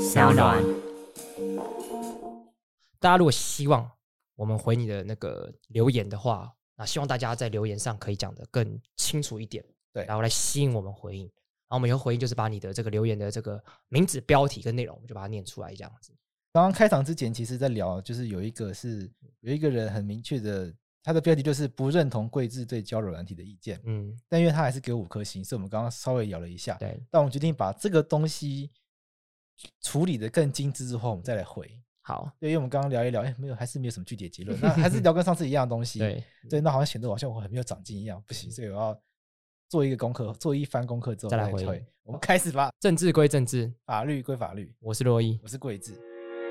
小暖。 大家如果希望我们回你的那个留言的话，那希望大家在留言上可以讲得更清楚一点， 对， 然后来吸引我们回应。然后我们以后回应就是把你的这个留言的这个名字、标题跟内容，我们就把它念出来这样子。 刚刚开场之前，其实在聊，就是有一个人很明确的，他的标题就是不认同贵智对交友软体的意见，但因为他还是给我5颗星，所以我们刚刚稍微聊了一下， 对， 但我们决定把这个东西处理的更精致之后，我们再来回。 好， 对，因为我们刚刚聊一聊，还是没有什么具体的结论，那还是聊跟上次一样的东西，对，那好像显得好像我很没有长进一样，不行，所以我要做一个功课，做一番功课之后再来回。我们开始吧。 政治归政治， 法律归法律。我是洛伊， 我是贵智。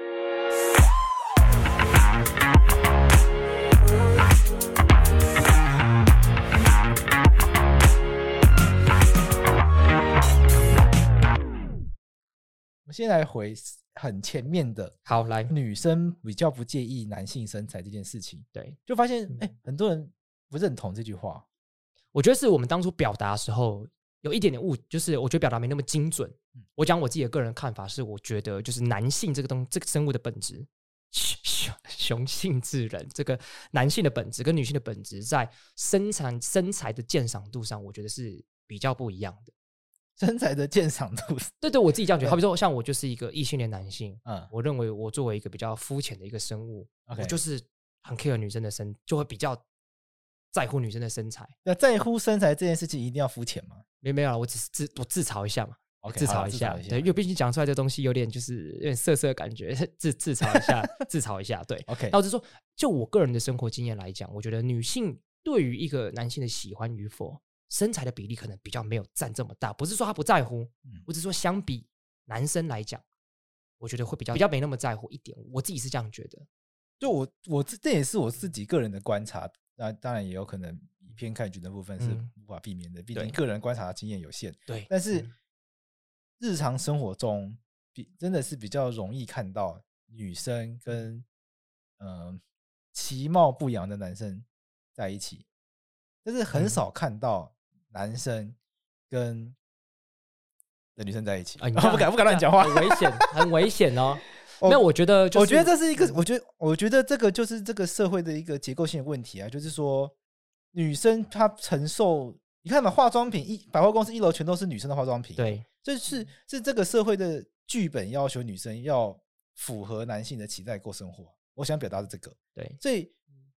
我们先来回很前面的， 好，来， 女生比较不介意男性身材这件事情， 对， 就发现很多人不认同这句话。 我觉得是我们当初表达的时候有一点点误，就是我觉得表达没那么精准。我讲我自己的个人看法是，我觉得就是男性这个生物的本质，雄性自然，这个男性的本质跟女性的本质在身材的鉴赏度上，我觉得是比较不一样的。 身材的鉴赏度， 对，我自己这样觉得。好比说，像我就是一个异性恋男性，我认为我作为一个比较肤浅的一个生物，我就是很 care 女生的就会比较在乎女生的身材。 那在乎身材这件事情一定要肤浅吗？ 没有，我自嘲一下嘛。 Okay, 自嘲一下，对，因为毕竟讲出来这东西有点色的感觉，自嘲一下，自嘲一下，对。 OK， 那我就说，就我个人的生活经验来讲，我觉得女性对于一个男性的喜欢与否，身材的比例可能比较没有占这么大，不是说他不在乎，我只是说相比男生来讲，我觉得会比较没那么在乎一点，我自己是这样觉得。 就我这也是我自己个人的观察，那当然也有可能以偏概全的部分是无法避免的，毕竟个人观察的经验有限。 对， 但是日常生活中真的是比较容易看到女生跟其貌不扬的男生在一起，但是很少看到男生跟女生在一起。不敢乱讲话， 很危险，很危险哦。那我觉得这是一个，我觉得这个就是这个社会的一个结构性的问题啊，就是说女生她承受，你看嘛，化妆品百货公司1楼全都是女生的化妆品， 对， 是这个社会的剧本要求女生要符合男性的期待过生活。我想表达的这个， 对， 所以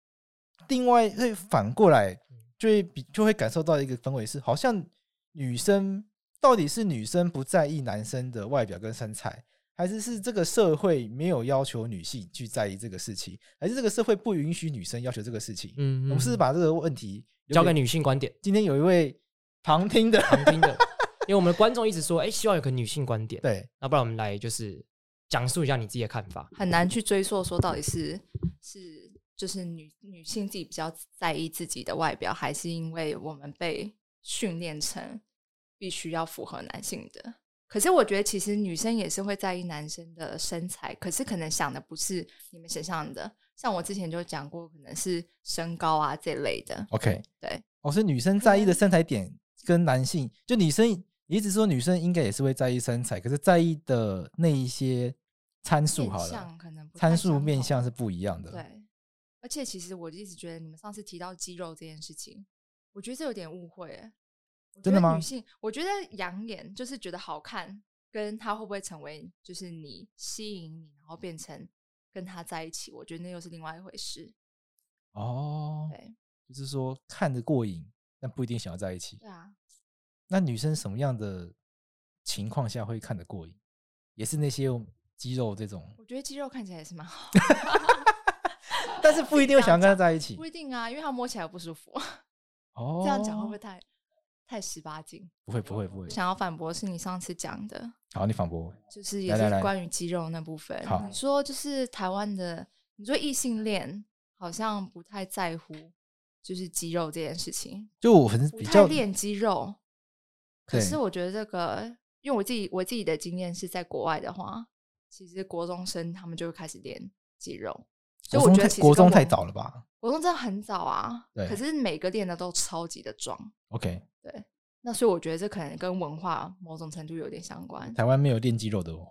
反过来就会感受到一个氛围是，好像女生到底是女生不在意男生的外表跟身材，还是这个社会没有要求女性去在意这个事情，还是这个社会不允许女生要求这个事情？我们是把这个问题交给女性观点。 今天有一位旁听的， 因为我们的观众一直说，希望有个女性观点。 对， 那不然我们来就是讲述一下你自己的看法。 很难去追溯说到底是就是女性自己比较在意自己的外表，还是因为我们被训练成必须要符合男性的。可是我觉得其实女生也是会在意男生的身材，可是可能想的不是你们想象的，像我之前就讲过可能是身高啊这类的。 OK， 对， 所以女生在意的身材点跟男性，就女生你一直说女生应该也是会在意身材，可是在意的那一些参数好了，参数面向是不一样的。 对，而且其实我一直觉得你们上次提到肌肉这件事情，我觉得这有点误会耶。 真的吗？ 女性我觉得养眼就是觉得好看，跟他会不会成为就是你吸引你然后变成跟他在一起，我觉得那又是另外一回事。对， 就是说看得过瘾但不一定想要在一起。 对啊， 那女生什么样的情况下会看得过瘾？也是那些肌肉这种？ 我觉得肌肉看起来也是蛮好但是不一定会想要跟他在一起。 不一定啊，因为他摸起来不舒服。这样讲会不会太18禁？ 不会。 想要反驳是你上次讲的。 好，你反驳。 就是也是关于肌肉那部分。你说就是台湾的，你说异性恋好像不太在乎就是肌肉这件事情， 就我很比较不太练肌肉。可是我觉得这个，因为我自己的经验是在国外的话，其实国中生他们就会开始练肌肉。所以我觉得其实国中太早了吧？ 国中真的很早啊， 对。 可是每个练的都超级的壮。 OK， 对。那所以我觉得这可能跟文化某种程度有点相关。 台湾没有练肌肉的文化。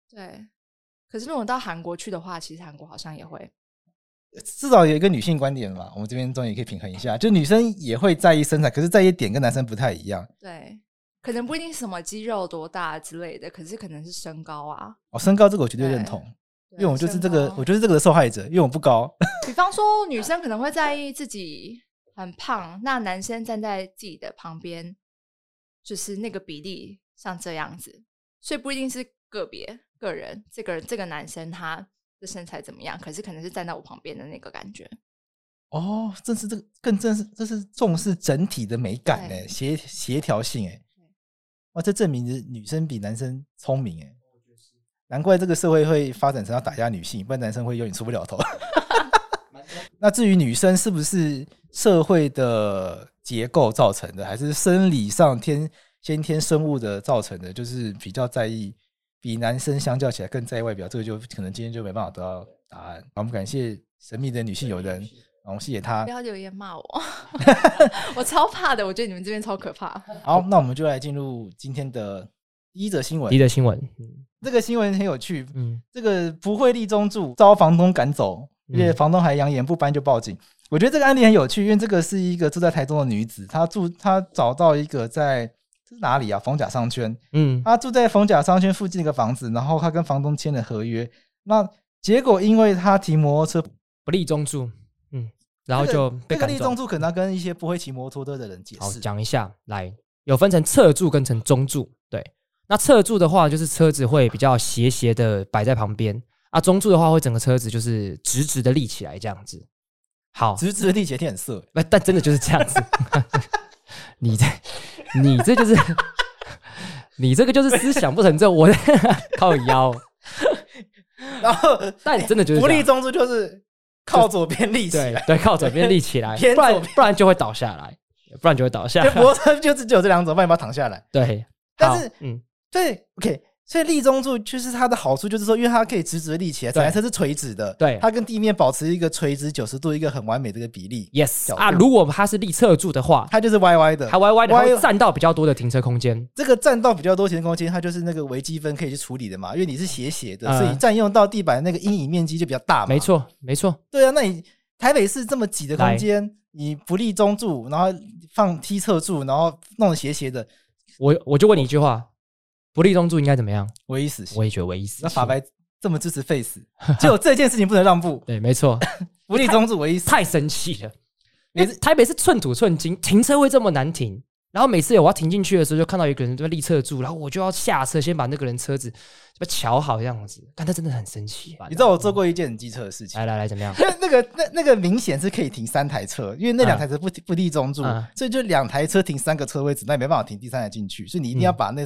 对。可是如果到韩国去的话，其实韩国好像也会， 至少有一个女性观点嘛，我们这边终于可以平衡一下，就女生也会在意身材，可是在意点跟男生不太一样。 对，可能不一定什么肌肉多大之类的，可是可能是身高啊。 身高这个我绝对认同，因为我就是这个，我就是这个的受害者，因为我不高。 比方说，女生可能会在意自己很胖，那男生站在自己的旁边，就是那个比例像这样子，所以不一定是个人，这个男生他的身材怎么样，可是可能是站在我旁边的那个感觉。 哦，这是这是重视整体的美感哎，协调性哎，哇，这证明女生比男生聪明哎，难怪这个社会会发展成要打压女性，不然男生会永远出不了头。那至于女生是不是社会的结构造成的，还是生理上先天生物的造成的，就是比较在意，比男生相较起来更在意外表，这个就可能今天就没办法得到答案。好，我们感谢神秘的女性友人，然后谢谢她。 不要留言骂我，我超怕的，我觉得你们这边超可怕。 好，那我们就来进入今天的第一则新闻。 第一则新闻， 这个新闻很有趣。这个不会立中住遭房东赶走，而且房东还扬言不搬就报警。我觉得这个案例很有趣，因为这个是一个住在台中的女子，她找到一个在这是哪里啊？逢甲商圈。她住在逢甲商圈附近的一个房子，然后她跟房东签了合约。那结果因为她骑摩托车不立中住，然后就被赶走。 这个立中住可能要跟一些不会骑摩托车的人解释。 好，讲一下，来，有分成侧住跟成中住。对，那侧住的话，就是车子会比较斜的摆在旁边啊；中住的话，会整个车子就是直的立起来这样子。好， 直的立起来挺很色， 但真的就是这样子。你这就是你这个就是思想不成正，我靠腰。 然后， 但真的就是不立中住就是靠左边立起来， 对，靠左边立起来，不然就会倒下来，摩托车就只有这两种，不然你要躺下来。 对， 但是对 ，OK。所以立中柱就是它的好处，就是说，因为它可以直的立起来，整台车是垂直的， 对， 它跟地面保持一个垂直90度，一个很完美的一个比例。 Yes 啊，如果它是立侧柱的话， 它就是歪歪的， 它歪歪的，它会占到比较多的停车空间。 这个占到比较多停车空间，它就是那个微积分可以去处理的嘛，因为你是斜的，所以占用到地板的那个阴影面积就比较大嘛。 没错，没错。 对啊，那你台北市这么挤的空间，你不立中柱，然后放T侧柱，然后弄得斜的， 我就问你一句话。不立中柱应该怎么样？ 唯一死刑。 我也觉得唯一死刑。 那法白这么支持废死，只有这件事情不能让步。 对，没错， 不立中柱唯一死。 太生气了！台北是寸土寸金，停车位这么难停，然后每次我要停进去的时候，就看到一个人在立侧柱，然后我就要下车，先把那个人车子瞧好这样子。但他真的很生气。 你知道我做过一件很机车的事情？ 来，怎么样？ 因为那个明显是可以停3台车，因为那2台车不立中柱，所以就2台车停3个车位置，那也没办法停第3台进去，所以你一定要把那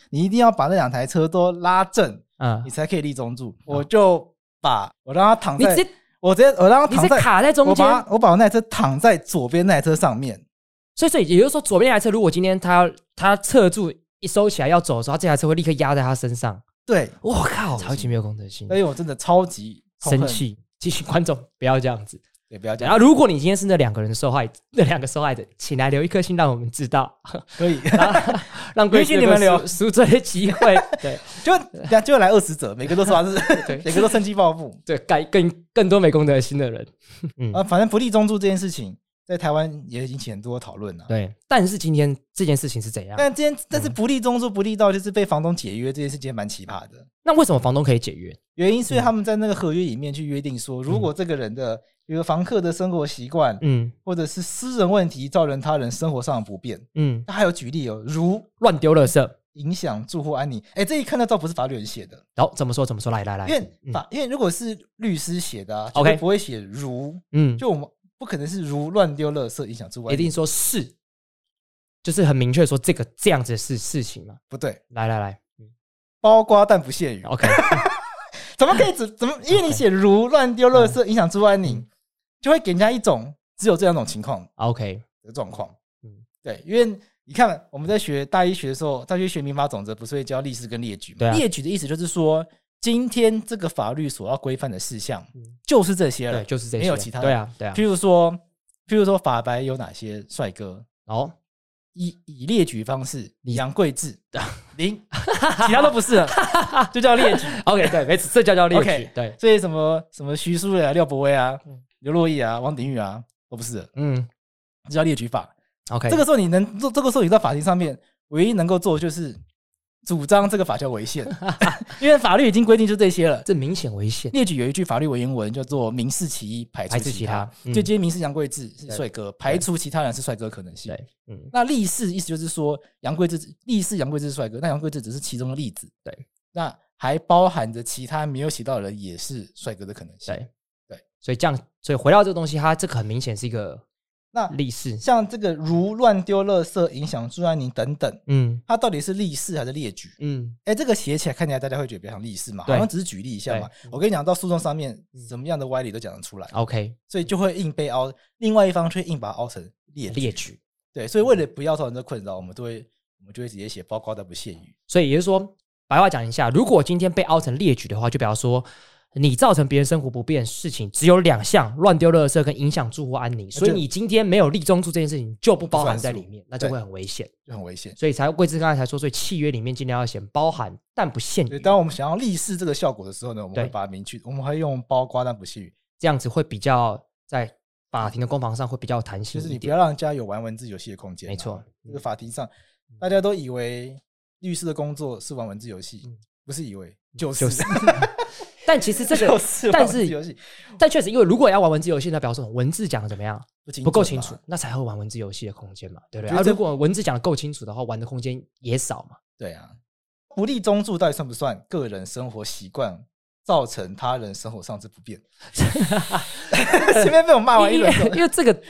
2台车都拉正，你才可以立中柱。我让他躺在，我让他躺在卡在中间， 我把我那台车躺在左边那台车上面。 所以也就是说，左边那台车如果今天他侧柱一收起来要走的时候，这台车会立刻压在他身上。 对， 我靠，超级没有公德心。 所以我真的超级生气。提醒观众不要这样子， 对，不要这样。 然后，如果你今天是那两个个受害者，请来留一颗心，让我们知道， 可以， 让贵姓你们留赎罪的机会。对， 就来20者，每个都说他是，每个都趁机报复， 对，更多没公德心的人。 反正不立中柱这件事情，在台湾也引起很多讨论了。 对，但是今天这件事情是怎样？ 但是不立中柱不立到就是被房东解约这件事情蛮奇葩的。 那为什么房东可以解约？ 原因是因为他们在那个合约里面去约定说，如果这个人的有个房客的生活习惯，或者是私人问题造成他人生活上的不便，他还有举例如乱丢垃圾影响住户安宁。这一看得到不是法律人写的。 怎么说？来， 因为如果是律师写的绝对不会写就我们不可能是乱丢垃圾影响住户安宁， 一定说是，就是很明确说这样子的事情嘛。 不对， 来， 包括但不限于。 OK。 怎么可以怎么？因为你写乱丢垃圾影响住户安宁，就会给人家一种只有这2种情况 OK 的状况。对，因为你看我们在学大一学的时候，大学学民法总则不是会教例示跟列举吗？列举的意思就是说，今天这个法律所要规范的事项就是这些了， 对，就是这些， 没有其他的。 对啊。 譬如说法白有哪些帅哥？ 以列举方式，杨贵志0，其他都不是了，就叫列举。 OK， 对，没错，这叫列举。 OK， 对， 所以什么徐书磊啊、廖伯威啊、刘若毅啊、王鼎玉啊，都不是了，这叫列举法。 OK， 这个时候你能做，这个时候你在法庭上面唯一能够做的就是主张这个法条违宪，因为法律已经规定就这些了， 这明显违宪。 列举有一句法律文言文叫做民事其一，排除其他。就今天民事杨贵志是帅哥，排除其他人是帅哥可能性。 对， 那立事意思就是说立事杨贵志是帅哥，那杨贵志只是其中的例子。 对， 那还包含着其他没有写到的人也是帅哥的可能性。 对，所以这样，所以回到这个东西，它这个很明显是一个立事， 像这个如乱丢垃圾影响住安宁等等，它到底是立事还是列举？这个写起来看起来大家会觉得比较像立事嘛，好像只是举例一下嘛。我跟你讲，到诉讼上面什么样的歪理都讲得出来。 OK， 所以就会硬被凹，另外一方却硬把它凹成列举。对，所以为了不要造成这困扰，我们就会直接写包括但不限于。 所以也就是说，白话讲一下，如果今天被凹成列举的话，就比方说你造成别人生活不便的事情只有2项，乱丢垃圾跟影响住户安宁，所以你今天没有立中住这件事情就不包含在里面，那就会很危险， 就很危险。 所以贵志刚才才说，所以契约里面尽量要写包含但不限于。 对，当我们想要立事这个效果的时候呢，我们会把它明确，我们会用包括但不限于， 这样子会比较在法庭的攻防上会比较有弹性一点， 就是你不要让人家有玩文字游戏的空间。 没错， 这个法庭上大家都以为律师的工作是玩文字游戏，不是以为就是但其实这个但确实，因为如果要玩文字游戏，那表示文字讲的怎么样不够清楚，那才会玩文字游戏的空间嘛，对不对？如果文字讲的够清楚的话，玩的空间也少嘛。 对啊，不立中住到底算不算个人生活习惯造成他人生活上之不便？前面被我骂完一轮， 因为这个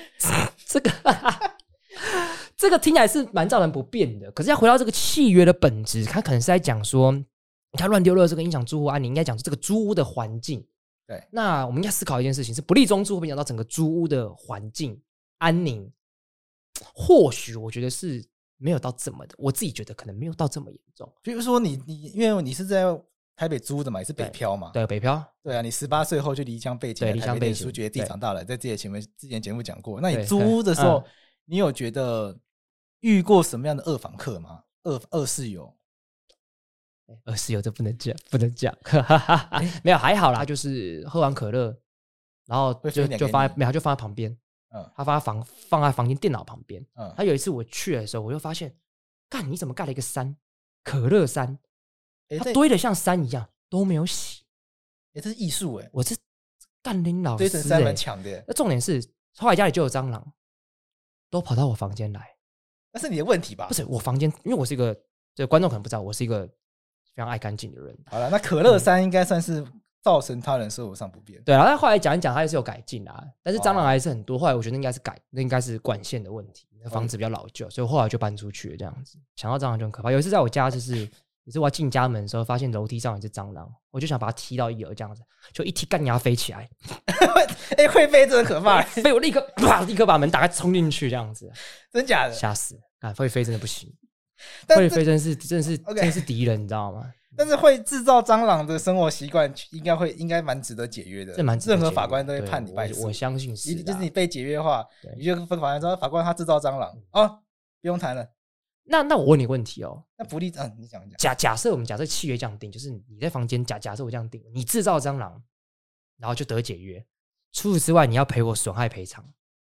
这个听起来是蛮造成不便的，可是要回到这个契约的本质，它可能是在讲说，你看乱丢垃圾跟影响住户安宁，应该讲说这个租屋的环境。 对， 那我们应该思考一件事情，是不立中住会影响到整个租屋的环境安宁。或许我觉得是没有到这么的，我自己觉得可能没有到这么严重。 比如说你因为你是在台北租的嘛，也是北漂嘛， 对，北漂。 对啊，你18岁后就离乡背井， 对，离乡背井， 觉得自己长大了，在之前节目讲过。那你租屋的时候，你有觉得遇过什么样的二房客吗？二室友？ 二室友这不能讲，没有，还好啦，就是喝完可乐，然后就放在旁边，他放在房间电脑旁边。他有一次我去的时候，我就发现，干，你怎么盖了一个山，可乐山？它堆得像山一样，都没有洗。 这是艺术哎！ 我这干林老师， 堆成山蛮强的。 那重点是，后来家里就有蟑螂，都跑到我房间来。 那是你的问题吧？ 不是我房间，因为我是一个，这观众可能不知道，我是一个非常爱干净的人。 好了，那可乐山应该算是造成他人生活上不便。 对啊，但后来讲一讲，他也是有改进啦，但是蟑螂还是很多。后来我觉得应该是管线的问题，房子比较老旧，所以后来就搬出去了这样子。想到蟑螂就很可怕。有一次在我家，就是也是我要进家门的时候，发现楼梯上有一只蟑螂，我就想把它踢到1楼这样子，就一踢干牙飞起来。 会飞真的可怕， 飞我立刻把门打开冲进去这样子。 真假的？ 吓死！会飞真的不行，会飞真的是敌人，你知道吗？ 但是会制造蟑螂的生活习惯，应该蛮值得解约的。任何法官都会判你败诉。我相信是， 就是你被解约的话，你就分法官说法官他制造蟑螂不用谈了。 那我问你问题哦， 那不利你讲。 假设我们契约这样定，就是你在房间假设我这样定，你制造蟑螂，然后就得解约。除此之外，你要赔我损害赔偿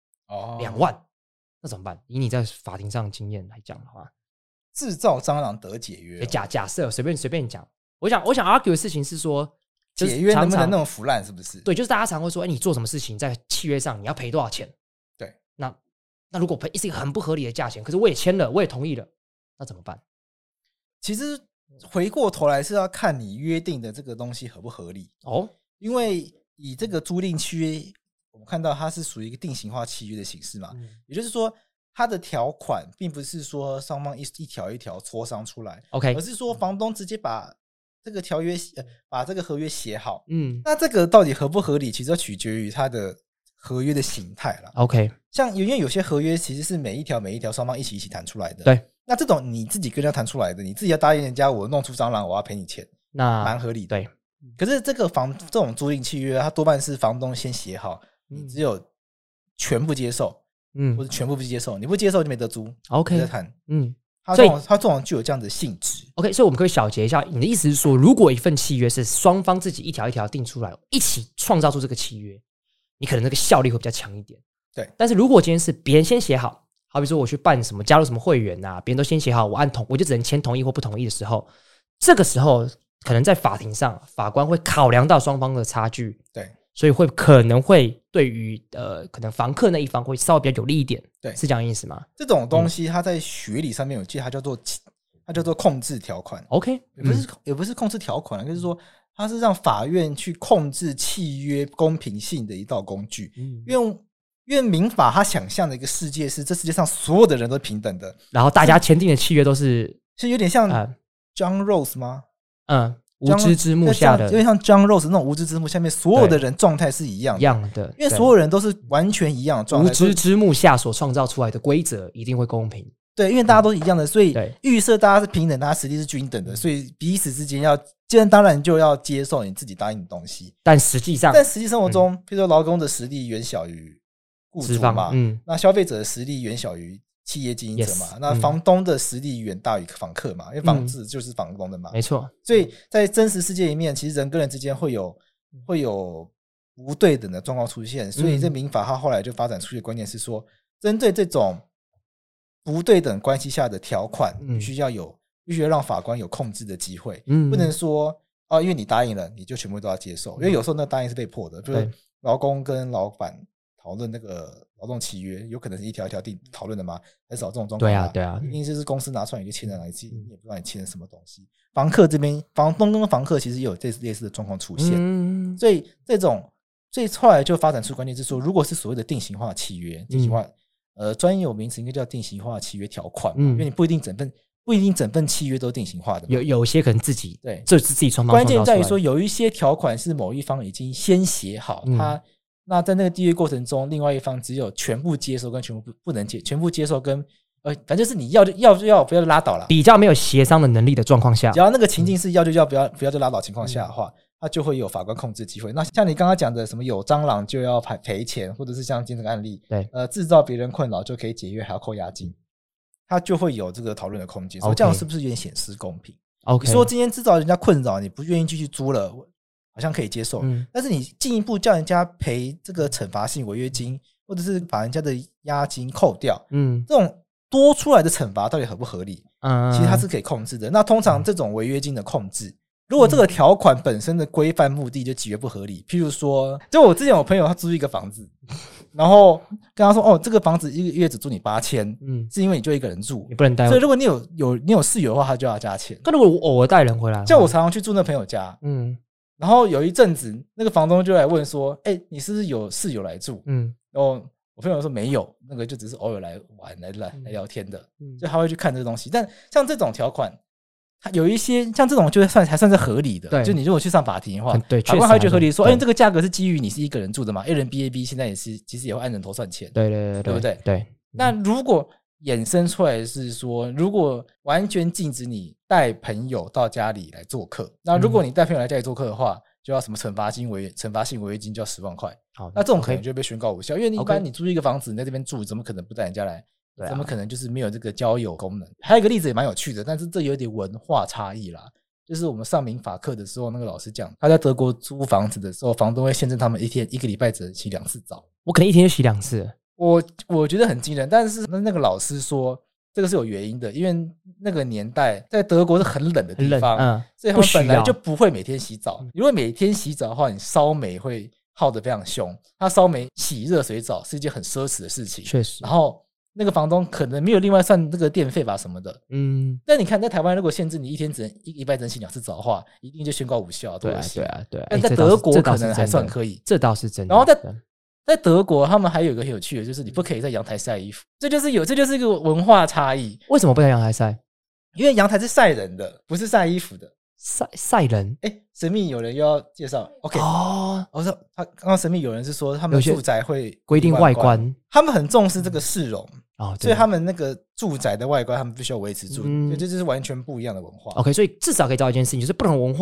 2万，那怎么办？以你在法庭上的经验来讲的话， 制造蟑螂得解约， 假设随便讲。我想 argue 的事情是说， 解约能不能那么腐烂？是不是？ 对，就是大家常会说，你做什么事情在契约上你要赔多少钱？ 对， 那如果赔是一个很不合理的价钱，可是我也签了，我也同意了，那怎么办？ 其实回过头来是要看你约定的这个东西合不合理哦。因为以这个租赁契约，我们看到它是属于一个定型化契约的形式嘛，也就是说，它的条款并不是说双方一条一条磋商出来 ，OK， 而是说房东直接把这个条约把这个合约写好。那这个到底合不合理，其实要取决于它的合约的形态啦。 OK， 像因为有些合约其实是每一条双方一起谈出来的。 对， 那这种你自己跟人家谈出来的，你自己要答应人家，我弄出蟑螂我要赔你钱，那蛮合理的。 对， 可是这种租赁契约，它多半是房东先写好，你只有全部接受， 或者全部不接受，你不接受就没得租 OK 再谈。 嗯， 它这种具有这样的性质。 OK， 所以我们可以小结一下，你的意思是说，如果一份契约是双方自己一条一条定出来，一起创造出这个契约，你可能那个效率会比较强一点。 对， 但是如果今天是别人先写好，好比说我去办什么加入什么会员啊，别人都先写好，我就只能签同意或不同意的时候，这个时候可能在法庭上，法官会考量到双方的差距， 对， 所以可能会对于可能房客那一方会稍微比较有利一点， 对， 是这样的意思吗？ 这种东西它在学理上面有记，它叫做控制条款。 OK， 也不是控制条款，就是说它是让法院去控制契约公平性的一道工具。因为民法它想象的一个世界是这世界上所有的人都平等的， 然后大家签订的契约都是有点像 John Rose 吗？ 无知之幕下的， 有点像 John Rose 那种无知之幕下面所有的人状态是一样的，因为所有人都是完全一样的状态。 无知之幕下所创造出来的规则一定会公平。 对，因为大家都是一样的，所以预设大家是平等，大家实力是均等的，所以彼此之间当然就要接受你自己答应的东西。 但实际生活中，譬如说劳工的实力远小于雇主嘛，那消费者的实力远小于企业经营者嘛，那房东的实力远大于房客嘛，因为房子就是房东的嘛， 没错。 所以在真实世界里面，其实人跟人之间会有不对等的状况出现，所以这民法它后来就发展出的观念是说，针对这种不对等关系下的条款，必须要让法官有控制的机会，不能说因为你答应了，你就全部都要接受，因为有时候那答应是被迫的，就是劳工跟老板讨论那个劳动契约，有可能是一条一条讨论的吗？很少这种状况。对啊，一定就是公司拿出来你就签了，你也不知道你签了什么东西。房客这边，房东跟房客其实也有类似的状况出现，所以后来就发展出观念是说，如果是所谓的定型化契约，定型化专有名词应该叫定型化契约条款，因为你不一定整份契约都定型化的， 有些可能自己对， 这是自己双方。 关键在于说，有一些条款是某一方已经先写好，那在那个缔约过程中，另外一方只有全部接受跟全部不能全部接受跟反正就是你要就要，不要就拉倒了。比较没有协商的能力的状况下， 只要那个情境是要就要，不要就拉倒情况下的话，它就会有法官控制机会。那像你刚刚讲的什么有蟑螂就要赔钱，或者是像今天这个案例， 对， 制造别人困扰就可以解约还要扣押金，它就会有这个讨论的空间。所以这样是不是有点显示公平？你说今天制造人家困扰，你不愿意继续租了，好像可以接受，但是你进一步叫人家赔这个惩罚性违约金，或者是把人家的押金扣掉，这种多出来的惩罚到底合不合理？其实它是可以控制的。那通常这种违约金的控制，如果这个条款本身的规范目的就极为不合理，譬如说，就我之前有朋友他租一个房子，然后跟他说，这个房子一个月只租你8000，是因为你就一个人住， 你不能带， 所以如果你有室友的话，他就要加钱。 但如果我偶尔带人回来， 像我常常去住那朋友家，然后有一阵子，那个房东就来问说：“你是不是有室友来住？”然后我朋友说没有，那个就只是偶尔来玩、来聊天的，就他会去看这个东西。但像这种条款，它有一些像这种就还算是合理的。就你如果去上法庭的话，法官还会觉得合理，说：“这个价格是基于你是一个人住的嘛 ？Airbnb 现在也是，其实也会按人头算钱，对不对？ 对。 那如果衍生出来的是说，如果完全禁止你带朋友到家里来做客，那如果你带朋友来家里做客的话，就要什么惩罚性违约金就要10万块。那这种可能就会被宣告无效，因为你一般你租一个房子，你在这边住，怎么可能不带人家来？怎么可能就是没有这个交友功能？还有一个例子也蛮有趣的，但是这有点文化差异啦。就是我们上民法课的时候，那个老师讲，他在德国租房子的时候，房东会限制他们一个礼拜只能洗2次澡。 我可能一天就洗2次。 我觉得很惊人，但是那个老师说这个是有原因的，因为那个年代在德国是很冷的地方，所以他们本来就不会每天洗澡。如果每天洗澡的话，你烧煤会耗得非常凶，他烧煤洗热水澡是一件很奢侈的事情， 确实。 然后那个房东可能没有另外算这个电费吧什么的，但你看在台湾，如果限制你一个礼拜只能洗2次澡的话，一定就宣告无效。 对啊。 但在德国可能还算可以， 这倒是真的。 然后在德国，他们还有一个很有趣的，就是你不可以在阳台晒衣服，这就是一个文化差异。 为什么不在阳台晒？ 因为阳台是晒人的，不是晒衣服的。 晒人？ 神秘有人又要介绍 ？OK 我说他刚刚神秘有人是说，他们住宅会规定外观， 他们很重视这个市容所以他们那个住宅的外观，他们必须要维持住，所以这就是完全不一样的文化。 OK， 所以至少可以知道一件事情，就是不同文化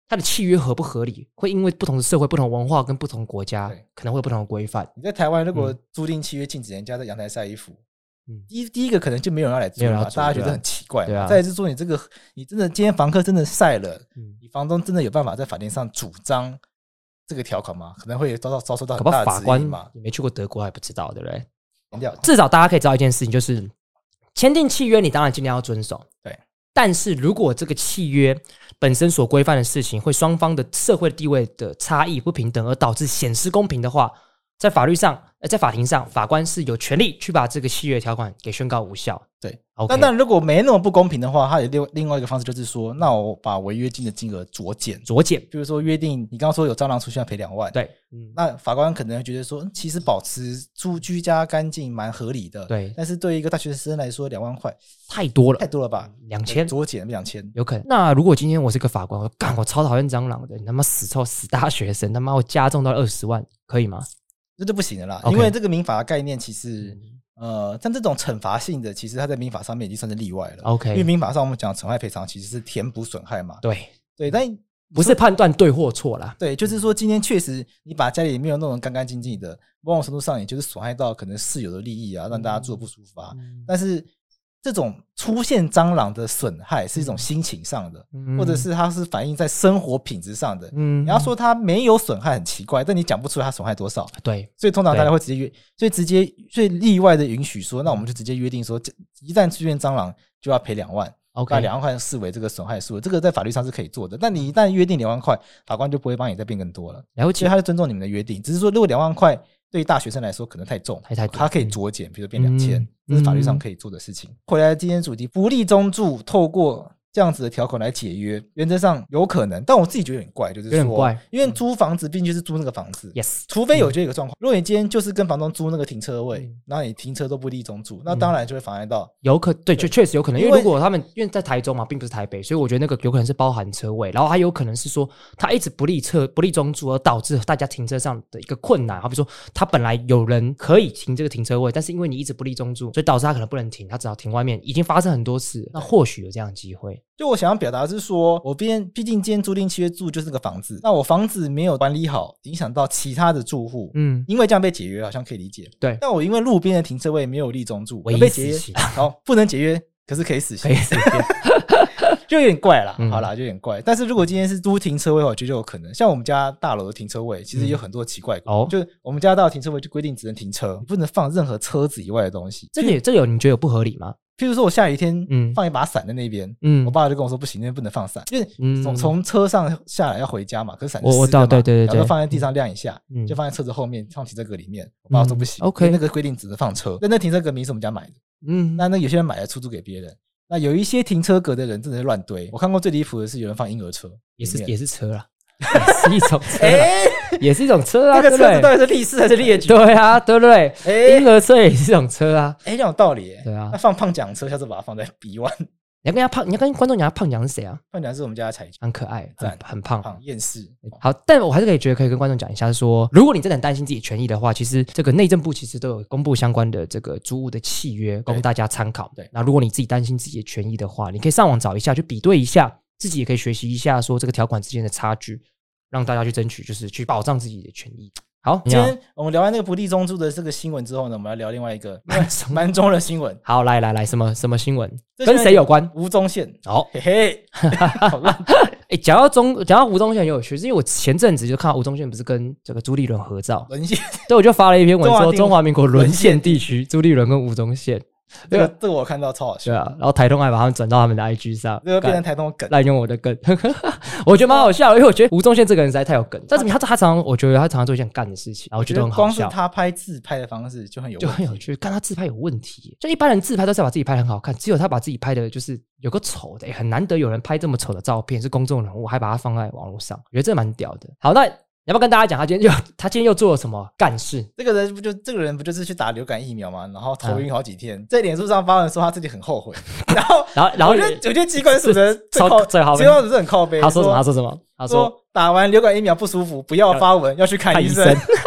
它的契约合不合理，会因为不同的社会、不同文化跟不同国家，可能会有不同的规范。 你在台湾如果租赁契约禁止人家在阳台晒衣服，第一个可能就没有人要来租嘛，大家觉得很奇怪嘛。再来是说你这个，你真的今天房客真的晒了，你房东真的有办法在法庭上主张这个条款吗？可能会遭受到很大的质疑嘛。 你没去过德国还不知道，对不对？至少大家可以知道一件事情，就是签订契约，你当然尽量要遵守。 对， 但是如果这个契约本身所规范的事情，会双方的社会地位的差异不平等，而导致显失公平的话，在法律上，在法庭上，法官是有权利去把这个契约条款给宣告无效。 对，但如果没那么不公平的话，它有另外一个方式，就是说，那我把违约金的金额酌减。比如说约定，你刚刚说有蟑螂出现要赔2万， 对， 那法官可能会觉得说，其实保持居家干净蛮合理的， 对。 但是对于一个大学生来说，2万块太多了吧 ？2000 酌减2000， 有可能。那如果今天我是个法官，我超讨厌蟑螂的，你他妈死大学生，他妈我加重到20万，可以吗？ 这就不行了啦，因为这个民法的概念其实，像这种惩罚性的，其实它在民法上面已经算是例外了。 OK， 因为民法上我们讲损害赔偿其实是填补损害嘛。 对， 但不是判断对或错啦。 对，就是说今天确实你把家里没有弄得干干净净的，某种程度上也就是损害到可能室友的利益啊，让大家住得不舒服啊。但是这种出现蟑螂的损害是一种心情上的，或者是它是反映在生活品质上的。你要说它没有损害很奇怪，但你讲不出来它损害多少。 对， 所以通常大家会直接约，最例外的允许说，那我们就直接约定说，一旦出现蟑螂就要赔2万。把2万块视为这个损害数，这个在法律上是可以做的。但你一旦约定2万块，法官就不会帮你再变更多了。 了解， 所以他是尊重你们的约定，只是说如果2万块对于大学生来说可能太重，他可以酌减，比如变2000，这是法律上可以做的事情。回来今天主题，不利中住透过这样子的条款来解约，原则上有可能，但我自己觉得有点怪，就是说，因为租房子毕竟就是租那个房子， yes， 除非有这个状况，如果你今天就是跟房东租那个停车位，然后你停车都不利中住，那当然就会妨碍到， 对，确实有可能，因为如果他们因为在台中嘛，并不是台北，所以我觉得那个有可能是包含车位，然后还有可能是说他一直不利中住，而导致大家停车上的一个困难，好比说他本来有人可以停这个停车位，但是因为你一直不利中住，所以导致他可能不能停，他只好停外面，已经发生很多次，那或许有这样的机会。 就我想要表达的是说，我毕竟今天租赁契约住就是那个房子，那我房子没有管理好，影响到其他的住户，因为这样被解约好像可以理解。 对， 但我因为路边的停车位没有立中住，被解约，好，不能解约，可是可以死刑，就有点怪啦。好啦，就有点怪。但是如果今天是租停车位，我觉得有可能。像我们家大楼的停车位，其实有很多奇怪的，就我们家大楼停车位就规定只能停车，你不能放任何车子以外的东西。这有你觉得有不合理吗？ 譬如说我下雨天放一把伞在那边，我爸就跟我说不行，那边不能放伞，因为从车上下来要回家嘛，可是伞是湿的嘛，对，然后放在地上晾一下，就放在车子后面，放停车格里面。我爸说不行，OK，那个规定只能放车，但那停车格明明是我们家买的，那有些人买了出租给别人，那有一些停车格的人真的是乱堆。我看过最离谱的是有人放婴儿车， 也是车啦。也是一种车也是一种车啊， 这个车子到底是立式还是列举？ 对啊，对不对？婴儿车也是一种车啊， 这样有道理。 对啊， 那放胖奖车，下次把它放在 B1。 你要跟观众讲，胖奖是谁啊？ 胖奖是我们家的彩奖， 很可爱，很胖， 厌世。 好，但我还是可以跟观众讲一下说，如果你真的很担心自己权益的话，其实这个内政部其实都有公布相关的这个租屋的契约供大家参考。对，那如果你自己担心自己的权益的话，你可以上网找一下，去比对一下，自己也可以学习一下说这个条款之间的差距。让大家去争取，就是去保障自己的权益。好， 今天我们聊完那个不利中住的这个新闻之后呢，我们来聊另外一个蛮中的新闻。 好，来，什么新闻？跟谁有关？ 吴宗宪。 好， 嘿嘿，好烂。 讲到吴宗宪很有趣，是因为我前阵子就看到吴宗宪不是跟这个朱立伦合照，对，我就发了一篇文说中华民国沦陷地区，朱立伦跟吴宗宪。 这个我看到超好笑。 对啊，然后台东还把他们转到他们的 IG 上， 这个变成台东的梗， 滥用我的梗，我觉得蛮好笑的，因为我觉得吴宗宪这个人实在太有梗，但是我觉得他常常做一些很干的事情，然后我觉得很好笑。 光是他拍自拍的方式就很有趣，看他自拍有问题。就一般人自拍都是把自己拍得很好看，只有他把自己拍的就是有个丑的，很难得有人拍这么丑的照片，是公众人物还把它放在网络上，我觉得这蛮屌的。好，那要不要跟大家讲他今天又做了什么干事？ 这个人不就是去打流感疫苗吗？然后头晕好几天，在脸书上发文说他自己很后悔。然后我觉得机关署的最好，机关署是很靠背。 他说什么？他说打完流感疫苗不舒服，不要发文，要去看医生。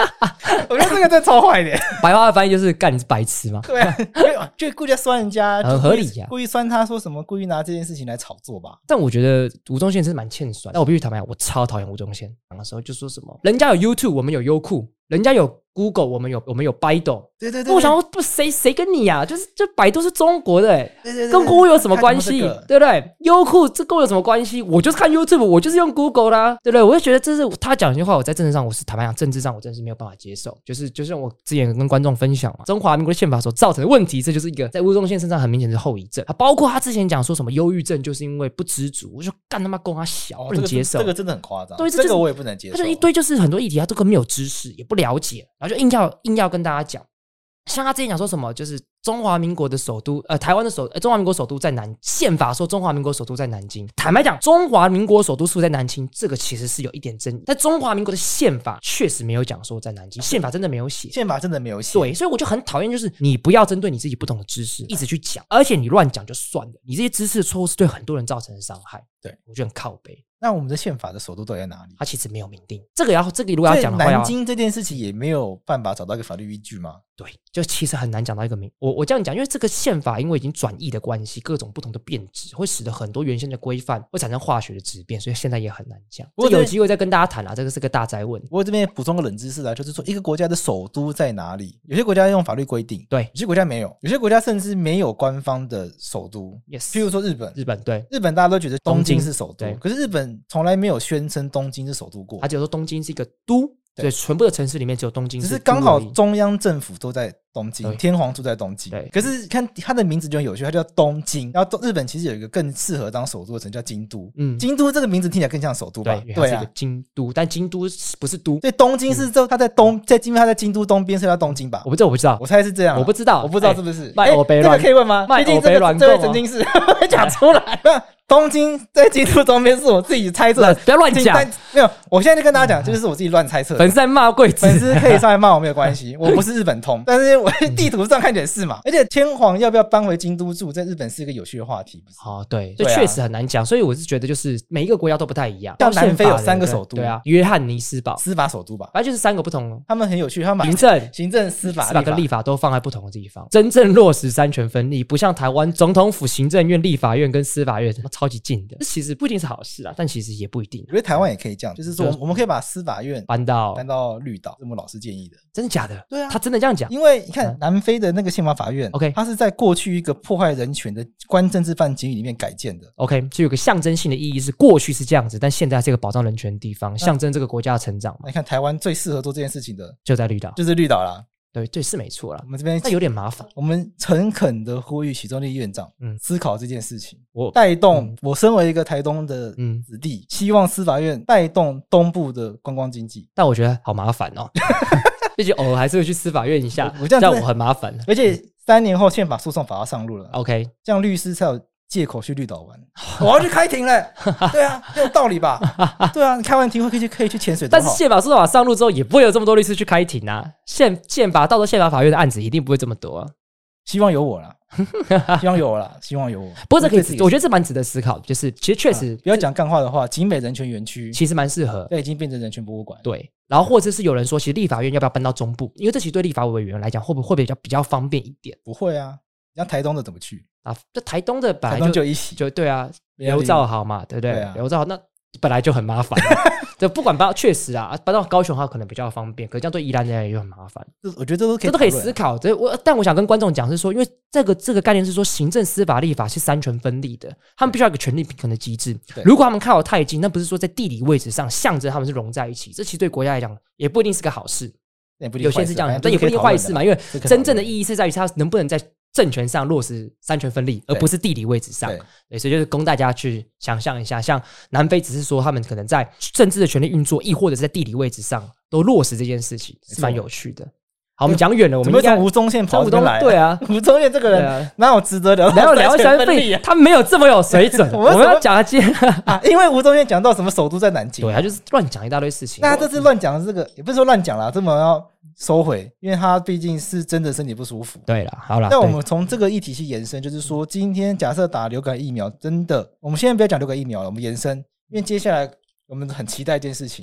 我觉得这个真的超坏的。 白话的翻译就是干你是白痴吗？ 对啊，就故意在酸人家， 很合理呀、 故意酸他说什么，故意拿这件事情来炒作吧。 但我觉得吴宗宪真的蛮欠酸。但我必须坦白讲，我超讨厌吴宗宪。那时候就说什么，人家有 YouTube， 我们有优酷；人家有 Google， 我们有百度。 对， 我想说，不谁跟你啊？就百度是中国的、 对， 跟 Google 有什么关系？对不对？优酷这跟我有什么关系？我就是看 YouTube， 我就是用 Google 啦，对不对？我就觉得这是他讲一句话，我在政治上我是坦白讲，政治上我真的是没有办法接受。就是我之前跟观众分享嘛，中华民国的宪法所造成的问题，这就是一个在吴宗宪身上很明显的后遗症。包括他之前讲说什么忧郁症，就是因为不知足，我就干他妈供他小，不能接受。 这个真的很夸张， 对， 这个我也不能接受。 他就一堆就是很多议题，他都没有知识，也不了解，然后就硬要跟大家讲。像他之前讲说什么，就是中华民国的首都，台湾的中华民国首都在宪法说中华民国首都在南京。坦白讲，中华民国首都是不是在南京，这个其实是有一点争议。但中华民国的宪法确实没有讲说在南京，宪法真的没有写。 宪法真的没有写。 对，所以我就很讨厌，就是你不要针对你自己不懂的知识一直去讲，而且你乱讲就算了，你这些知识的错误是对很多人造成的伤害。 对， 我觉得很靠北。 那我们的宪法的首都到底在哪里？ 它其实没有明定，这个如果要讲的话， 南京这件事情也没有办法找到一个法律依据吗？ 对，就其实很难讲到一个我这样讲，因为这个宪法因为已经转译的关系，各种不同的变质，会使得很多原先的规范会产生化学的质变，所以现在也很难讲。这有机会再跟大家谈啦，这个是个大哉问。 不过这边补充个冷知识啦，就是说一个国家的首都在哪里，有些国家用法律规定， 对， 有些国家没有，有些国家甚至没有官方的首都。 Yes， 譬如说日本， 对， 日本大家都觉得东京是首都， 对， 可是日本从来没有宣称东京是首都过， 他只有说东京是一个都。对，全部的城市里面只有东京是都而已， 只是刚好中央政府都在东京，天皇住在东京。对，可是看它的名字就很有趣，它叫东京。然后日本其实有一个更适合当首都的城叫京都。京都这个名字听起来更像首都吧？ 对啊，京都，但京都不是都。 对，东京是它在京都东边，是叫东京吧？ 我不知道， 我猜是这样。 我不知道是不是？ 这个可以问吗？ 毕竟这位曾经是讲出来。东京在京都东边是我自己猜测的， 不要乱讲。 没有，我现在就跟大家讲，就是我自己乱猜测的。 粉丝在骂贵子， 粉丝可以上来骂我没有关系，我不是日本通，但是我地图上看起来是嘛。而且天皇要不要搬回京都住，在日本是一个有趣的话题。 对，这确实很难讲，所以我是觉得就是每一个国家都不太一样。 像南非有3个首都， 对啊，约翰尼斯堡司法首都吧， 反正就是3个不同。 他们很有趣，他们行政、司法跟立法都放在不同的地方，真正落实三权分立，不像台湾总统府、行政院、立法院跟司法院超级近的。其实不一定是好事啊，但其实也不一定。 我觉得台湾也可以这样，就是说我们可以把司法院搬到绿岛，这是我老师建议的。 真的假的？ 对啊， 他真的这样讲。 因为你看南非的那个宪法法院 ，OK， 它是在过去一个破坏人权的关政治犯监狱里面改建的 ，OK， 就有个象征性的意义，是过去是这样子，但现在是一个保障人权的地方，象征这个国家的成长嘛。 你看台湾最适合做这件事情的就在绿岛， 就是绿岛啦。 对，是没错啦。 我们这边那有点麻烦， 我们诚恳的呼吁许宗力院长思考这件事情。 我带动我身为一个台东的子弟，希望司法院带动东部的观光经济。 但我觉得好麻烦哦，毕竟偶尔还是会去司法院一下，这样我很麻烦。 而且3年后宪法诉讼法要上路了 ，OK， 这样律师才有借口去绿岛玩。我要去开庭了，对啊，很有道理吧？对啊，你开完庭后可以去潜水。 但是宪法诉讼法上路之后，也不会有这么多律师去开庭啊。宪法到时候宪法法院的案子一定不会这么多啊。 希望有我啦，希望有我啦，希望有我。 不过这可以，我觉得这蛮值得思考的，就是其实确实不要讲干话的话，景美人权园区其实蛮适合， 对，已经变成人权博物馆。 对，然后或者是有人说，其实立法院要不要搬到中部？因为这其实对立法委员来讲，会不会比较方便一点？ 不会啊，像台东的怎么去啊？这台东的本来就一起， 就对啊，刘兆豪嘛，对不对？刘兆豪那本来就很麻烦。对，不管搬，确实啊，搬到高雄的话可能比较方便，可是这样对宜兰人也很麻烦。 我觉得这都可以思考。但我想跟观众讲是说，因为这个概念是说，行政、司法、立法是三权分立的，他们必须要有一个权力平衡的机制。如果他们靠得太近，那不是说在地理位置上象征他们是融在一起，这其实对国家来讲也不一定是个好事。有些是这样讲，但也不一定坏事嘛，因为真正的意义是在于它能不能在政权上落实三权分立，而不是地理位置上。对，所以就是供大家去想象一下，像南非只是说他们可能在政治的权力运作，亦或者是在地理位置上都落实这件事情，是蛮有趣的。好，我们讲远了，我们应该从吴宗宪跑这边来。 对啊， 吴宗宪这个人哪有值得聊？ 聊三权分立，他没有这么有水准。我们要讲他今天因为吴宗宪讲到什么首都在南京， 对，他就是乱讲一大堆事情。 那他这次乱讲的这个，也不是说乱讲啦，这么要收回，因为他毕竟是真的身体不舒服。 对了，好了， 那我们从这个议题去延伸，就是说，今天假设打流感疫苗，真的，我们现在不要讲流感疫苗了，我们延伸，因为接下来我们很期待一件事情，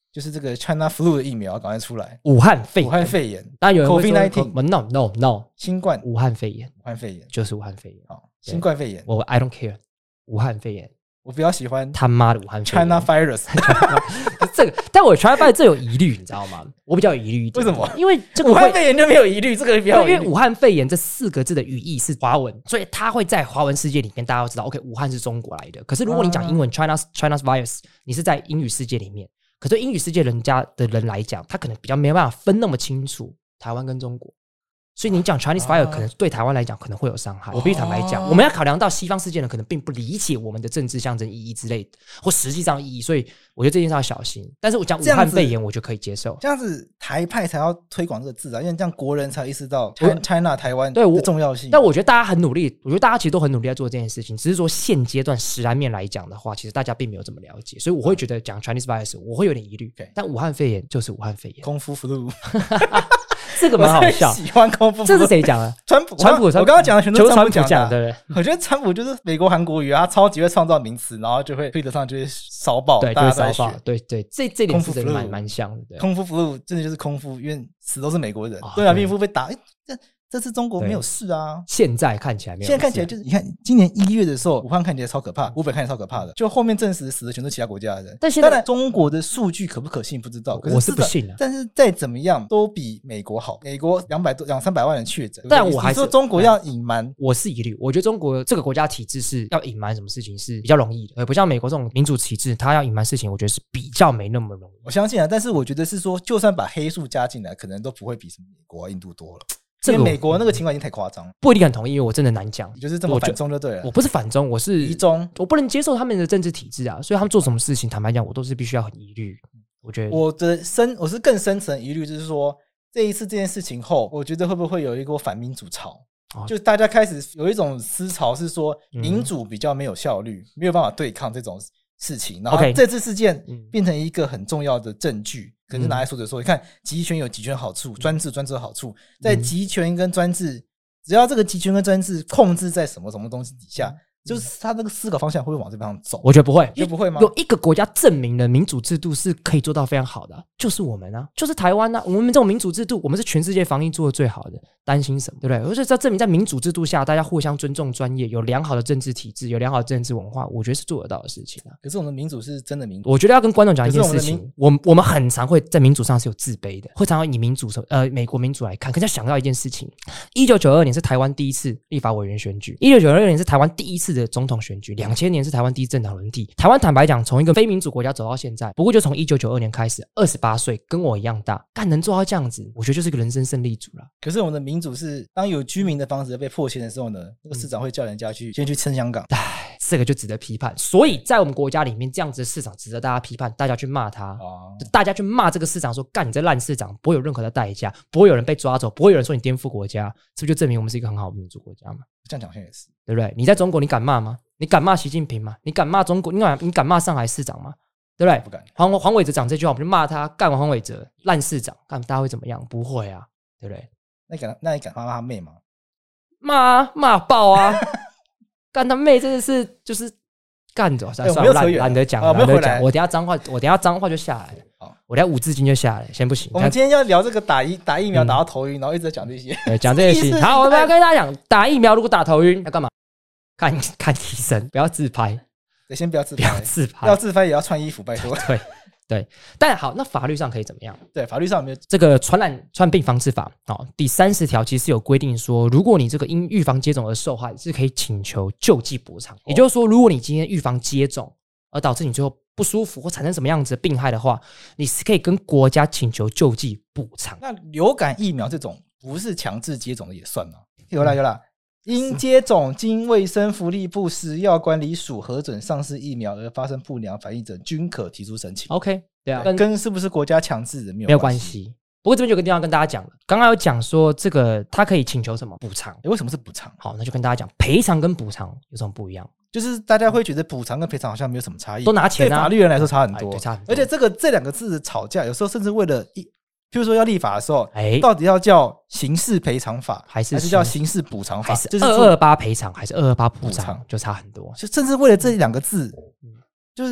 就是这个 China flu 的疫苗赶快出来。 武汉肺炎， 当然有人会说 COVID-19 no， 新冠武汉肺炎就是武汉肺炎。 好，新冠肺炎， 我 I don't care， 武汉肺炎。 我比较喜欢他妈的武汉肺炎 China virus 这个，但我 China virus 这有疑虑，你知道吗？我比较有疑虑一点。 为什么？ 因为这个武汉肺炎就没有疑虑，这个比较有疑虑。 因为武汉肺炎这4个字的语义是华文，所以它会在华文世界里面大家都知道 OK， 武汉是中国来的。可是如果你讲英文 China's virus， 你是在英语世界里面，可对英语世界人家的人来讲，他可能比较没办法分那么清楚台湾跟中国。所以你讲 Chinese virus 可能对台湾来讲可能会有伤害。我必须坦白讲，我们要考量到西方世界人可能并不理解我们的政治象征意义之类的，或实际上意义，所以我觉得这件事要小心。但是我讲武汉肺炎，我就可以接受。 这样子台派才要推广这个字啊，因为这样国人才意识到 China 台湾的重要性。 但我觉得大家很努力，我觉得大家其实都很努力在做这件事情，只是说现阶段实然面来讲的话，其实大家并没有这么了解，所以我会觉得讲 Chinese virus 我会有点疑虑。但武汉肺炎就是武汉肺炎， 功夫 flu 这个蛮好笑。 喜欢功夫， 这是谁讲的？ 川普。我刚刚讲的全都是川普讲的。我觉得川普就是美国韩国语啊，他超级会创造名词，然后就会推得上就会烧爆， 对， 大家在学。 对，这点是真的蛮像的。 功夫 flu 真的就是空腹，因为死都是美国人，对啊，孕妇被打，这次中国没有事啊。 现在看起来没有事， 现在看起来就是你看，今年1月的时候，武汉看起来超可怕，湖北看起来超可怕的，就后面证实死的全都是其他国家的人。 但现在当然中国的数据可不可信不知道， 我是不信的。 但是再怎么样都比美国好，美国200-300万人确诊， 但我还是说中国要隐瞒， 我是疑虑。我觉得中国这个国家体制是要隐瞒什么事情是比较容易的，不像美国这种民主体制，它要隐瞒事情，我觉得是比较没那么容易。 我相信啊，但是我觉得是说，就算把黑数加进来，可能都不会比什么美国、印度多了。因为美国那个情况已经太夸张了， 不一定很同意，因为我真的难讲。 你就是这么反中就对了。 我不是反中，我是疑中， 我不能接受他们的政治体制啊，所以他们做什么事情，坦白讲，我都是必须要很疑虑。我觉得我是更深层疑虑，就是说这一次这件事情后，我觉得会不会有一个反民主潮？就大家开始有一种思潮，是说民主比较没有效率，没有办法对抗这种事情，然后这次事件变成一个很重要的证据，可能是拿来说着说，你看集权有集权好处，专制有好处，在集权跟专制，只要这个集权跟专制控制在什么东西底下，就是他这个思考方向会不会往这方向走？ 我觉得不会， 就不会吗？ 有一个国家证明了民主制度是可以做到非常好的，就是我们啊，就是台湾啊。我们这种民主制度，我们是全世界防疫做的最好的，担心什么？对不对？而且这证明在民主制度下，大家互相尊重专业，有良好的政治体制，有良好的政治文化，我觉得是做得到的事情啊。 可是我们的民主是真的民主， 我觉得要跟观众讲一件事情，我们很常会在民主上是有自卑的，会常常以美国民主来看。可是要想到一件事情，1992年是台湾第一次立法委员选举，1996年是台湾第一次的总统选举，2000年是台湾第一政党轮替。台湾坦白讲，从一个非民主国家走到现在，不过就从1992年开始，28岁，跟我一样大，能做到这样子，我觉得就是一个人生胜利组了。 可是我们的民主是，当有居民的房子被迫迁的时候呢，那个市长会叫人家先去撑香港。 这个就值得批判。所以在我们国家里面，这样子的市长值得大家批判，大家去骂他，大家去骂这个市长说，干你这烂市长，不会有任何的代价，不会有人被抓走，不会有人说你颠覆国家，是不是就证明我们是一个很好的民主国家嘛？ 这样讲好像也是， 对不对？你在中国你敢骂吗？你敢骂习近平吗？你敢骂中国？你敢骂上海市长吗？对不对？ 不敢。 黄伟哲讲这句话，我们就骂他，干完黄伟哲烂市长，干大家会怎么样？不会啊，对不对？ 那你敢骂他妹吗？ 骂爆啊！干他妹真的是就是干着，算了，懒得讲，懒得讲。我等一下脏话就下来了，我等一下五字经就下来了，先不行。 我们今天要聊这个打疫苗打到头晕，然后一直在讲这些， 对，讲这些。好，我们要跟大家讲，打疫苗如果打头晕要干嘛？看医生，不要自拍。 先不要自拍， 要自拍也要穿衣服，拜托。 对，但好，那法律上可以怎么样？ 对，法律上有没有这个传染病防治法第30条其实有规定说，如果你这个因预防接种而受害，是可以请求救济补偿。也就是说，如果你今天预防接种而导致你最后不舒服或产生什么样子的病害的话，你是可以跟国家请求救济补偿。 那流感疫苗这种不是强制接种的也算吗？有啦。因接种经卫生福利部食药管理署核准上市疫苗而发生不良反应者，均可提出申请。 OK， 对啊， 跟是不是国家强制的没有关系。 不过这边有个地方跟大家讲了，刚刚有讲说这个他可以请求什么补偿？ 为什么是补偿？ 好，那就跟大家讲，赔偿跟补偿有什么不一样？ 就是大家会觉得补偿跟赔偿好像没有什么差异， 都拿钱啊， 对法律人来说差很多， 差很多。 而且这两个字的吵架，有时候甚至为了譬如说要立法的时候，到底要叫刑事赔偿法，还是叫刑事补偿法？ 就是228赔偿还是228补偿，就差很多。 甚至为了这两个字，就是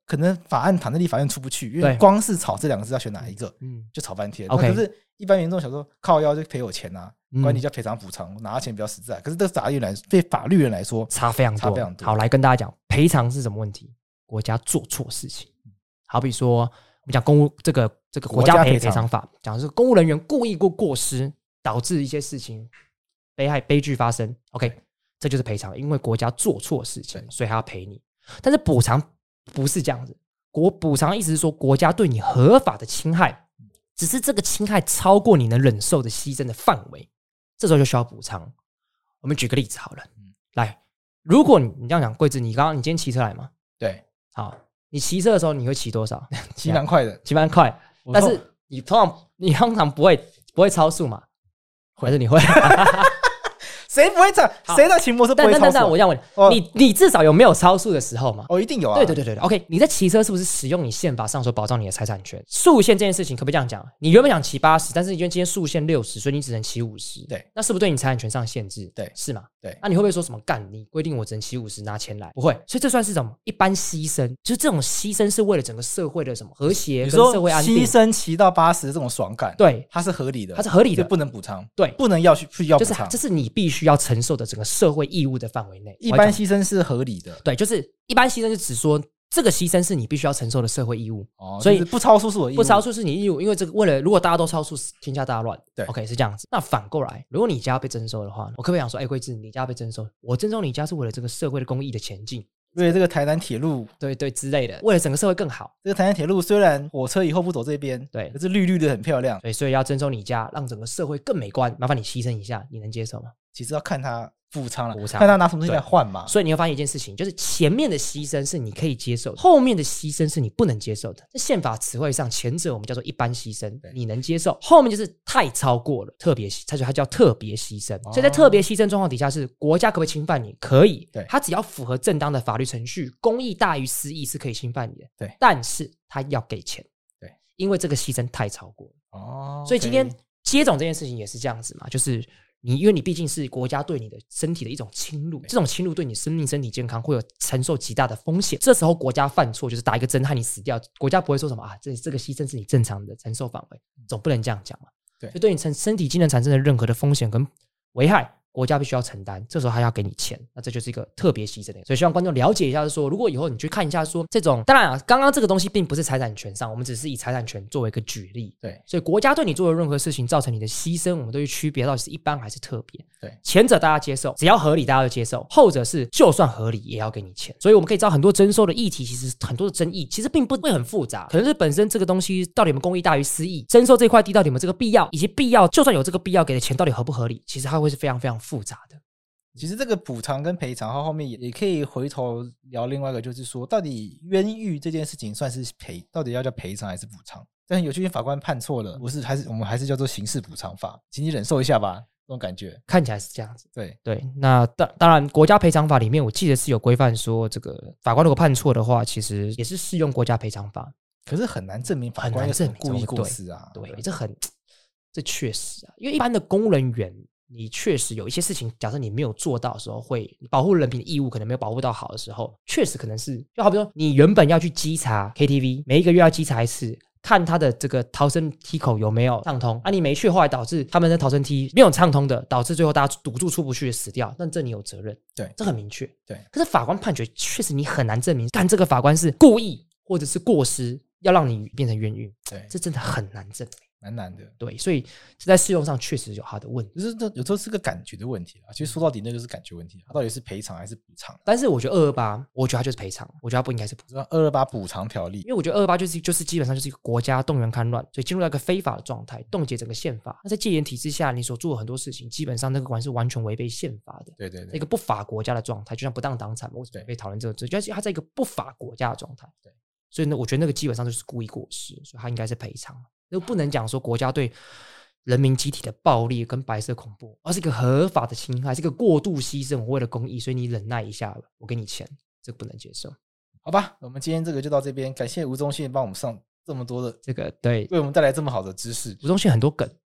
可能法案躺在立法院出不去，因为对光是吵这2个字要选哪一个，就吵半天。 OK 可是一般民众想说靠腰就赔我钱啊，管你叫赔偿补偿，拿到钱比较实在。可是对法律人来说差非常多。好，来跟大家讲赔偿是什么问题？国家做错事情，好比说我们讲公务这个国家赔偿法，讲的是公务人员故意过失，导致一些事情悲剧发生。OK， 这就是赔偿，因为国家做错事情，所以他要赔你。但是补偿不是这样子，补偿意思是说国家对你合法的侵害，只是这个侵害超过你能忍受的牺牲的范围，这时候就需要补偿。我们举个例子好了，来，如果你这样讲，桂枝，你今天骑车来吗？ 对， 好，你骑车的时候你会骑多少？ 骑蛮快的， 骑蛮快，但是你通常不会超速嘛？还是你会？ 谁不会超？谁在骑摩托车不会超速？ 但我这样问你至少有没有超速的时候嘛？ 一定有啊。 对 ，OK， 你在骑车是不是使用你宪法上所保障你的财产权？速限这件事情可不可以这样讲？你原本想骑80，但是因为今天速限60，所以你只能骑50。 对， 那是不是对你财产权上限制？ 对， 是吗？ 对， 那你会不会说什么干？你规定我只能骑50，拿钱来？不会，所以这算是什么？一般牺牲，就是这种牺牲是为了整个社会的什么和谐跟社会安定。 牺牲骑到80这种爽感， 对， 它是合理的， 它是合理的， 不能补偿， 对， 不能要补偿， 这是你必须要承受的整个社会义务的范围内。 一般牺牲是合理的， 对，就是一般牺牲是指说这个牺牲是你必须要承受的社会义务， 所以不超速是我的义务， 不超速是你义务，因为这个为了如果大家都超速，天下大乱。 对 ，OK 是这样子。那反过来，如果你家被征收的话，我可不可以讲说，桂枝，你家被征收，我征收你家是为了这个社会的公益的前进， 为了这个台南铁路， 对之类的，为了整个社会更好。 这个台南铁路虽然火车以后不走这边， 对， 可是绿绿的很漂亮， 对，所以要征收你家，让整个社会更美观。麻烦你牺牲一下，你能接受吗？ 其实要看他补偿了，看他拿什么东西来换嘛。 所以你会发现一件事情，就是前面的牺牲是你可以接受的，后面的牺牲是你不能接受的。在宪法词汇上，前者我们叫做一般牺牲，你能接受；后面就是太超过了，特别，它叫特别牺牲。所以在特别牺牲状况底下，是国家可不可以侵犯你？可以， 对， 它只要符合正当的法律程序，公益大于私益是可以侵犯你的。 对， 但是他要给钱， 对， 因为这个牺牲太超过了。所以今天接种这件事情也是这样子嘛，就是因为你毕竟是国家对你的身体的一种侵入，这种侵入对你生命、身体健康会有承受极大的风险。这时候国家犯错，就是打一个针害你死掉，国家不会说什么啊，这个牺牲是你正常的承受范围，总不能这样讲嘛。 对， 就对你身体机能产生的任何的风险跟危害，国家必须要承担，这时候他要给你钱，那这就是一个特别牺牲的。所以希望观众了解一下说，如果以后你去看一下说这种，当然刚刚这个东西并不是财产权上，我们只是以财产权作为一个举例。 对， 所以国家对你做的任何事情造成你的牺牲，我们都去区别到底是一般还是特别。 对， 前者大家接受，只要合理大家就接受，后者是就算合理也要给你钱。所以我们可以知道很多征收的议题，其实很多的争议其实并不会很复杂，可能是本身这个东西到底有没有公益大于私益，征收这块地到底有没有这个必要，以及必要就算有这个必要给的钱到底合不合理，其实它会是非常非常复杂的。 其实这个补偿跟赔偿，它后面也可以回头聊另外一个，就是说到底冤狱这件事情算是到底要叫赔偿还是补偿？但是有些法官判错了，我们还是叫做刑事补偿法，请你忍受一下吧，这种感觉看起来是这样子。 对， 那当然国家赔偿法里面我记得是有规范说，这个法官如果判错的话，其实也是适用国家赔偿法。 可是很难证明法官有故意过失啊。 对，这确实啊，因为一般的公务人员，你确实有一些事情，假设你没有做到的时候，会保护人民的义务可能没有保护到好的时候，确实可能是，就好比说你原本要去稽查 KTV， 每一个月要稽查一次，看他的这个逃生梯口有没有畅通啊，你没去，后来导致他们的逃生梯没有畅通的，导致最后大家堵住出不去死掉，那这你有责任， 对， 这很明确， 对。 可是法官判决确实你很难证明，干这个法官是故意或者是过失，要让你变成冤狱， 对， 这真的很难证明。 蛮难的， 对，所以这在适用上确实有它的问题， 就是这有时候是个感觉的问题啊。其实说到底，那就是感觉问题，它到底是赔偿还是补偿？ 但是我觉得228，我觉得它就是赔偿，我觉得它不应该是补偿。 228补偿条例， 因为我觉得228就是基本上就是一个国家动员戡乱，所以进入到一个非法的状态，冻结整个宪法。那在戒严体制下，你所做的很多事情，基本上那个管是完全违背宪法的。 对对对， 一个不法国家的状态，就像不当党产嘛，为什么可以讨论这个？就是它在一个不法国家的状态。对，所以呢，我觉得那个基本上就是故意过失，所以它应该是赔偿。那不能讲说国家对人民集体的暴力跟白色恐怖，而是一个合法的侵害，是一个过度牺牲，我为了公益，所以你忍耐一下，我给你钱，这个不能接受。 好吧，我们今天这个就到这边，感谢吴宗宪帮我们上这么多的这个对， 为我们带来这么好的知识。 吴宗宪很多梗，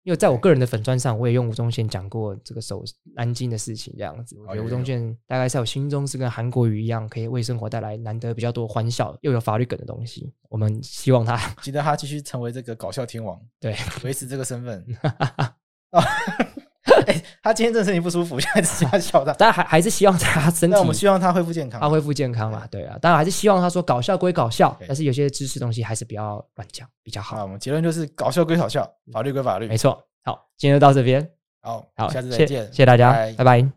因为在我个人的粉专上，我也用吴宗宪讲过这个守南京的事情，这样子。我觉得吴宗宪大概在我心中是跟韩国瑜一样，可以为生活带来难得比较多欢笑又有法律梗的东西。我们希望他， 记得他继续成为这个搞笑天王， 对， 维持这个身份。他今天真的身体不舒服，现在只想笑他。 但还是希望他身体， 那我们希望他恢复健康， 他恢复健康嘛，对啊。当然还是希望他说搞笑归搞笑，但是有些知识东西还是不要乱讲比较好。 我们结论就是搞笑归搞笑，法律归法律。 没错。好，今天就到这边。 好， 好， 下次再见， 谢谢大家，拜拜。